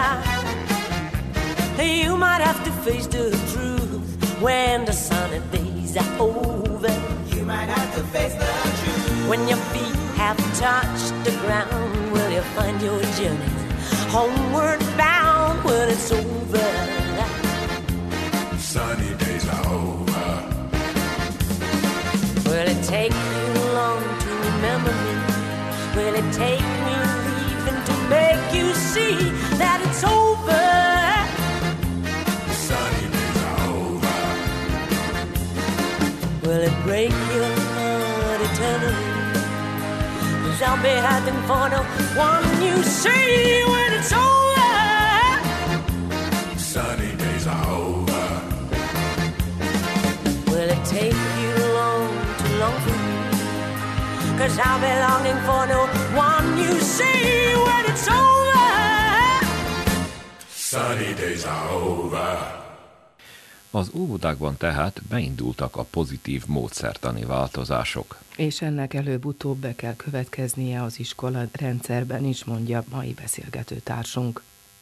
You might have to face the truth when the sunny days are over. You might have to face the truth when your feet have touched the ground. Will you find your journey homeward bound when it's over? Sunny days are over. Will it take you long to remember me? Will it take me leaving to make you see that it's over? Sunny days are over. Will it break your heart eternally? I'll be hiding for no one you see when it's over. Sunny days are over. Will it take you long, too long for me? 'Cause I'll be longing for no one you see when it's over. Sunny days are over. Az óvodákban tehát beindultak a pozitív módszertani változások. És ennek előbb-utóbb be kell következnie az iskola rendszerben is, mondja mai beszélgető társunk.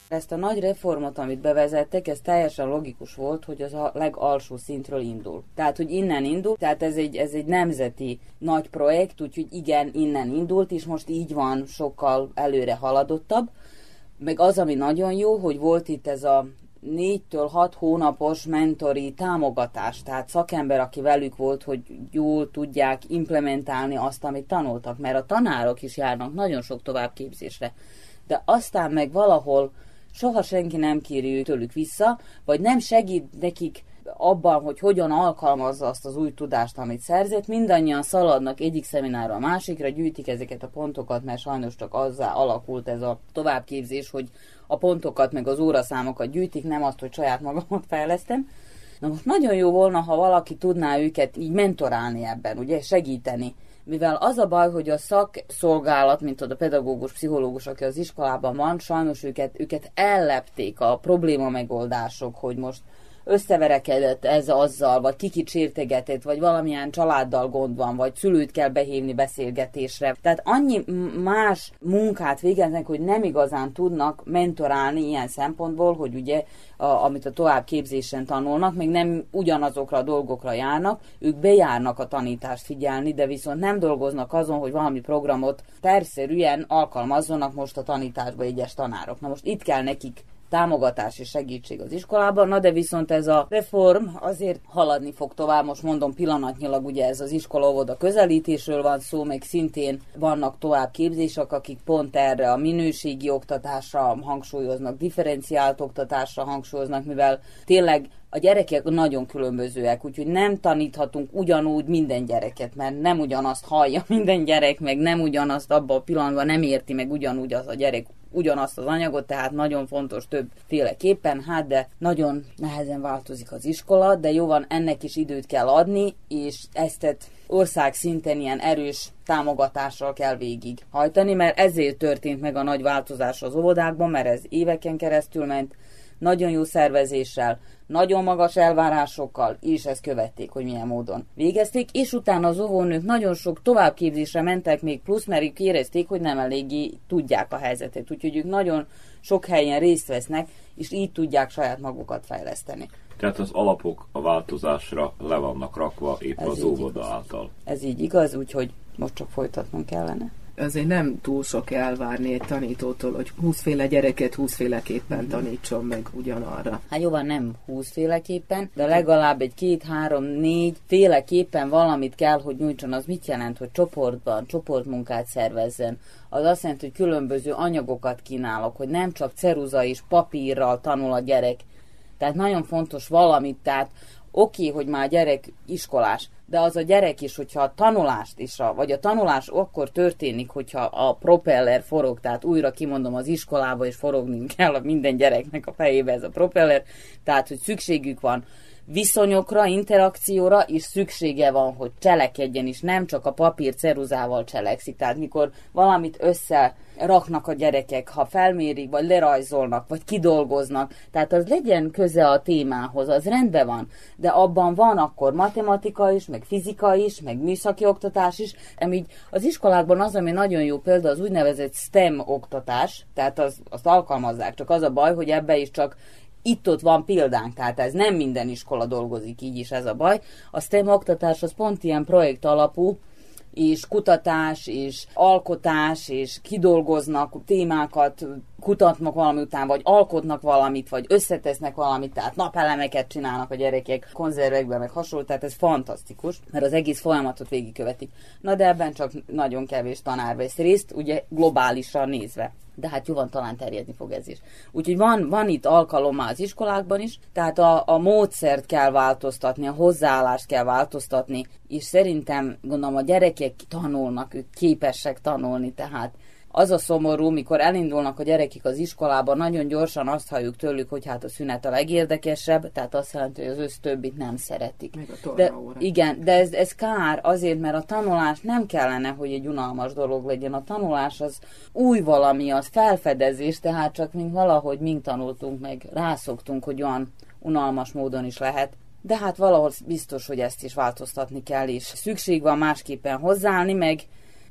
Ezt a nagy reformot, amit bevezettek, ez teljesen logikus volt, hogy az a legalsó szintről indul. Tehát, hogy innen indul, tehát ez egy, ez egy nemzeti nagy projekt, úgyhogy igen, innen indult, és most így van sokkal előre haladottabb. Meg az, ami nagyon jó, hogy volt itt ez a négytől hat hónapos mentori támogatás, tehát szakember, aki velük volt, hogy jól tudják implementálni azt, amit tanultak, mert a tanárok is járnak nagyon sok továbbképzésre. De aztán meg valahol soha senki nem kéri tőlük vissza, vagy nem segít nekik abban, hogy hogyan alkalmazza azt az új tudást, amit szerzett. Mindannyian szaladnak egyik szeminára a másikra, gyűjtik ezeket a pontokat, mert sajnos csak azzá alakult ez a továbbképzés, hogy a pontokat meg az óraszámokat gyűjtik, nem azt, hogy saját magamat fejlesztem. Na most nagyon jó volna, ha valaki tudná őket így mentorálni ebben, ugye, segíteni. Mivel az a baj, hogy a szakszolgálat, mint a pedagógus, pszichológus, aki az iskolában van, sajnos őket, őket ellepték a probléma megoldások, hogy most összeverekedett ez azzal, vagy kikit sértegetett, vagy valamilyen családdal gond van, vagy szülőt kell behívni beszélgetésre. Tehát annyi más munkát végeznek, hogy nem igazán tudnak mentorálni ilyen szempontból, hogy ugye, a, amit a továbbképzésen tanulnak, még nem ugyanazokra a dolgokra járnak, ők bejárnak a tanítást figyelni, de viszont nem dolgoznak azon, hogy valami programot tervszerűen alkalmazzanak most a tanításba egyes tanárok. Na most itt kell nekik támogatás és segítség az iskolában, na de viszont ez a reform azért haladni fog tovább, most mondom pillanatnyilag ugye ez az iskola-óvoda közelítésről van szó, meg szintén vannak tovább képzések, akik pont erre a minőségi oktatásra hangsúlyoznak, differenciált oktatásra hangsúlyoznak, mivel tényleg a gyerekek nagyon különbözőek, úgyhogy nem taníthatunk ugyanúgy minden gyereket, mert nem ugyanazt hallja minden gyerek, meg nem ugyanazt abban a pillanatban nem érti meg ugyanúgy az a gyerek ugyanazt az anyagot, tehát nagyon fontos többféleképpen, hát de nagyon nehezen változik az iskola, de jó van, ennek is időt kell adni, és ezt országszinten ilyen erős támogatással kell végig hajtani, mert ezért történt meg a nagy változás az óvodákban, mert ez éveken keresztül ment, nagyon jó szervezéssel, nagyon magas elvárásokkal, és ezt követték, hogy milyen módon végezték, és utána az óvónők nagyon sok továbbképzésre mentek még plusz, mert ők érezték, hogy nem eléggé tudják a helyzetet, úgyhogy ők nagyon sok helyen részt vesznek, és így tudják saját magukat fejleszteni. Tehát az alapok a változásra le vannak rakva épp ez az óvoda igaz. Által. Ez így igaz, úgyhogy most csak folytatnunk kellene. Azért nem túl sok elvárni egy tanítótól, hogy húszféle gyereket húszféleképpen tanítson meg ugyanarra. Hát jó van, nem húszféleképpen, de legalább egy két, három, négy féleképpen valamit kell, hogy nyújtson. Az mit jelent, hogy csoportban, csoportmunkát szervezzen? Az azt jelenti, hogy különböző anyagokat kínálok, hogy nem csak ceruza és papírral tanul a gyerek. Tehát nagyon fontos valamit, tehát oké, okay, hogy már a gyerek iskolás, de az a gyerek is, hogyha a tanulást is, vagy a tanulás akkor történik, hogyha a propeller forog, tehát újra kimondom az iskolába, és forogni kell minden gyereknek a fejébe ez a propeller, tehát, hogy szükségük van viszonyokra, interakcióra, és szüksége van, hogy cselekedjen is, nem csak a papír ceruzával cselekszik. Tehát mikor valamit összeraknak a gyerekek, ha felmérik, vagy lerajzolnak, vagy kidolgoznak, tehát az legyen köze a témához, az rendben van, de abban van akkor matematika is, meg fizika is, meg műszaki oktatás is, ami az iskolákban az, ami nagyon jó példa, az úgynevezett STEM oktatás, tehát az, azt alkalmazzák, csak az a baj, hogy ebbe is csak itt-ott van példánk, tehát ez nem minden iskola dolgozik, így is ez a baj. A STEM oktatás az pont ilyen projekt alapú, és kutatás, és alkotás, és kidolgoznak témákat, kutatnak valami után, vagy alkotnak valamit, vagy összetesznek valamit, tehát napelemeket csinálnak a gyerekek konzervekben, meg hasonló, tehát ez fantasztikus, mert az egész folyamatot végigkövetik. Na de ebben csak nagyon kevés tanár vesz részt, ugye globálisan nézve. De hát jó van, talán terjedni fog ez is. Úgyhogy van, van itt alkalom már az iskolákban is, tehát a, a módszert kell változtatni, a hozzáállást kell változtatni, és szerintem, gondolom, a gyerekek tanulnak, ők képesek tanulni, tehát az a szomorú, mikor elindulnak a gyerekek az iskolába, nagyon gyorsan azt halljuk tőlük, hogy hát a szünet a legérdekesebb, tehát azt jelenti, hogy az össz többit nem szeretik. De, igen, de ez, ez kár azért, mert a tanulás nem kellene, hogy egy unalmas dolog legyen. A tanulás az új valami, az felfedezés, tehát csak mint valahogy mink tanultunk meg, rászoktunk, hogy olyan unalmas módon is lehet. De hát valahol biztos, hogy ezt is változtatni kell, és szükség van másképpen hozzáállni, meg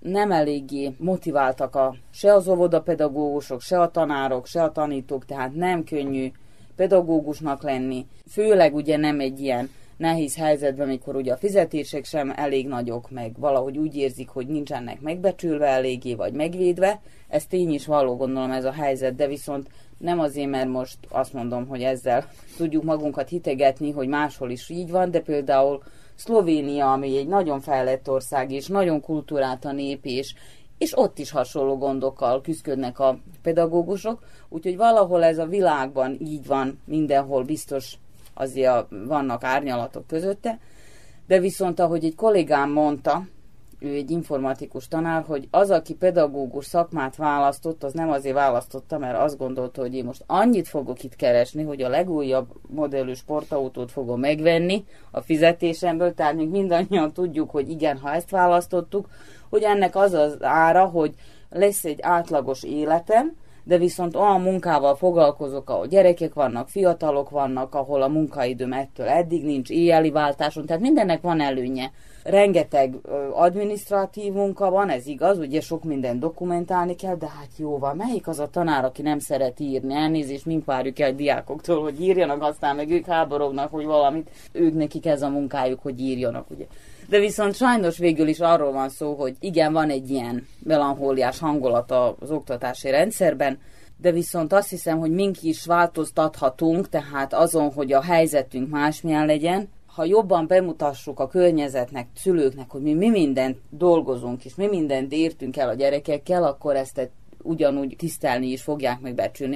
nem eléggé motiváltak a, se az óvodapedagógusok, se a tanárok, se a tanítók, tehát nem könnyű pedagógusnak lenni. Főleg ugye nem egy ilyen nehéz helyzetben, amikor ugye a fizetések sem elég nagyok, meg valahogy úgy érzik, hogy nincsenek megbecsülve eléggé, vagy megvédve. Ez tény is való, gondolom ez a helyzet, de viszont nem azért, mert most azt mondom, hogy ezzel tudjuk magunkat hitegetni, hogy máshol is így van, de például Szlovénia, ami egy nagyon fejlett ország, és nagyon kultúrát a nép, és, és ott is hasonló gondokkal küzdködnek a pedagógusok, úgyhogy valahol ez a világban így van, mindenhol biztos azért vannak árnyalatok közötte, de viszont ahogy egy kollégám mondta, ő egy informatikus tanár, hogy az, aki pedagógus szakmát választott, az nem azért választotta, mert azt gondolta, hogy én most annyit fogok itt keresni, hogy a legújabb modellű sportautót fogom megvenni a fizetésemből, tehát még mindannyian tudjuk, hogy igen, ha ezt választottuk, hogy ennek az az ára, hogy lesz egy átlagos életem, de viszont olyan munkával foglalkozok, ahol gyerekek vannak, fiatalok vannak, ahol a munkaidőm ettől eddig nincs, éjjeli váltáson, tehát mindennek van előnye. Rengeteg adminisztratív munka van, ez igaz, ugye sok mindent dokumentálni kell, de hát jó van, melyik az a tanár, aki nem szeret írni? Elnézést, mink várjuk el a diákoktól, hogy írjanak, aztán meg ők háborognak, hogy valamit, ők nekik ez a munkájuk, hogy írjanak, ugye. De viszont sajnos végül is arról van szó, hogy igen, van egy ilyen melanchóliás hangulat az oktatási rendszerben, de viszont azt hiszem, hogy mink is változtathatunk, tehát azon, hogy a helyzetünk másmilyen legyen, ha jobban bemutassuk a környezetnek, szülőknek, hogy mi, mi mindent dolgozunk, és mi mindent értünk el a gyerekekkel, akkor ezt ugyanúgy tisztelni is fogják megbecsülni.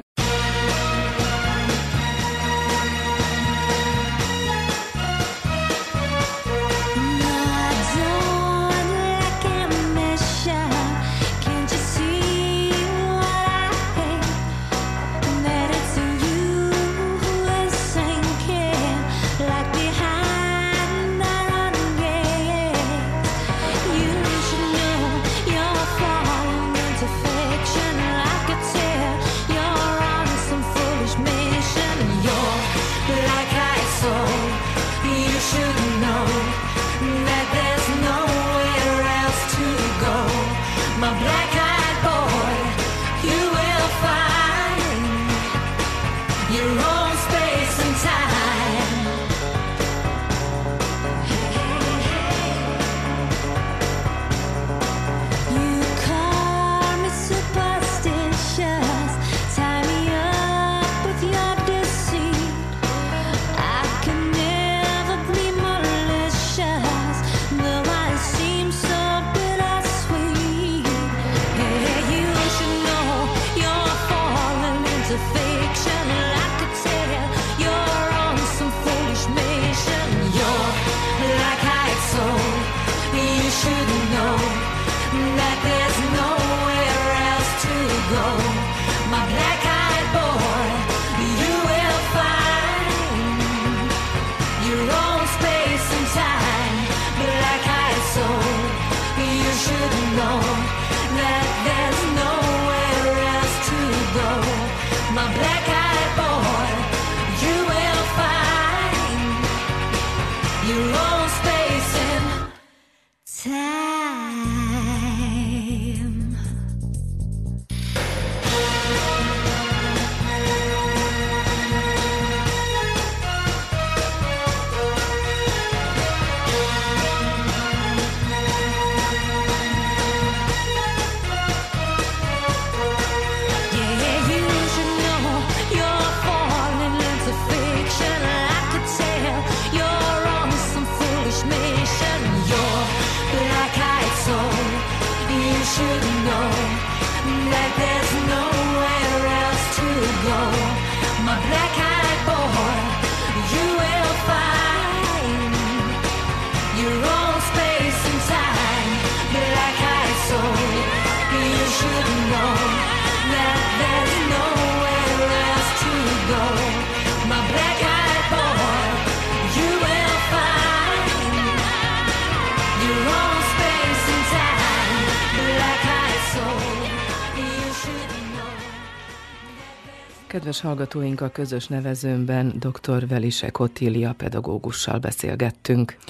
Kedves hallgatóink, a közös nevezőmben dr. Velisek Otília pedagógussal beszélgettünk.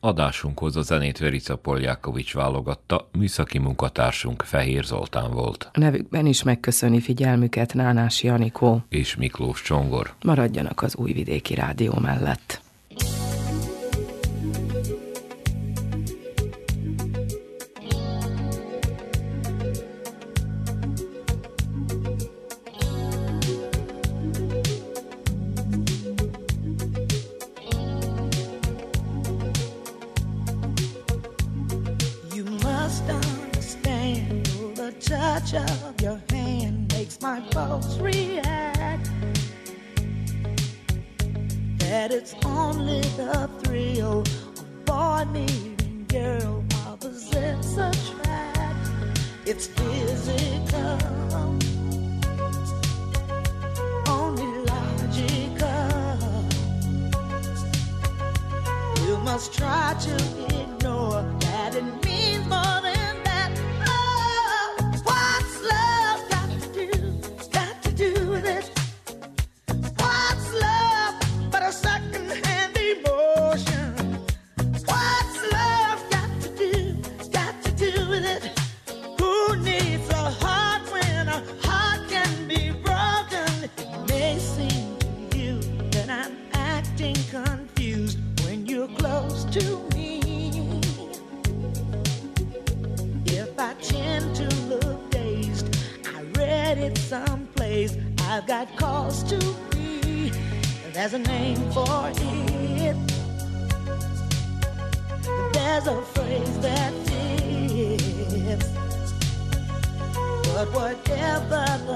Adásunkhoz a zenét Verica Poljákovics válogatta, műszaki munkatársunk Fehér Zoltán volt. A nevükben is megköszöni figyelmüket Nánás Janikó és Miklós Csongor. Maradjanak az Újvidéki Rádió mellett. Of your hand makes my pulse react. That it's only the thrill of boy meeting girl opposites attract. It's physical, only logical. You must try to ignore that it means more than someplace. I've got cause to be. There's a name for it. There's a phrase that fits. But whatever the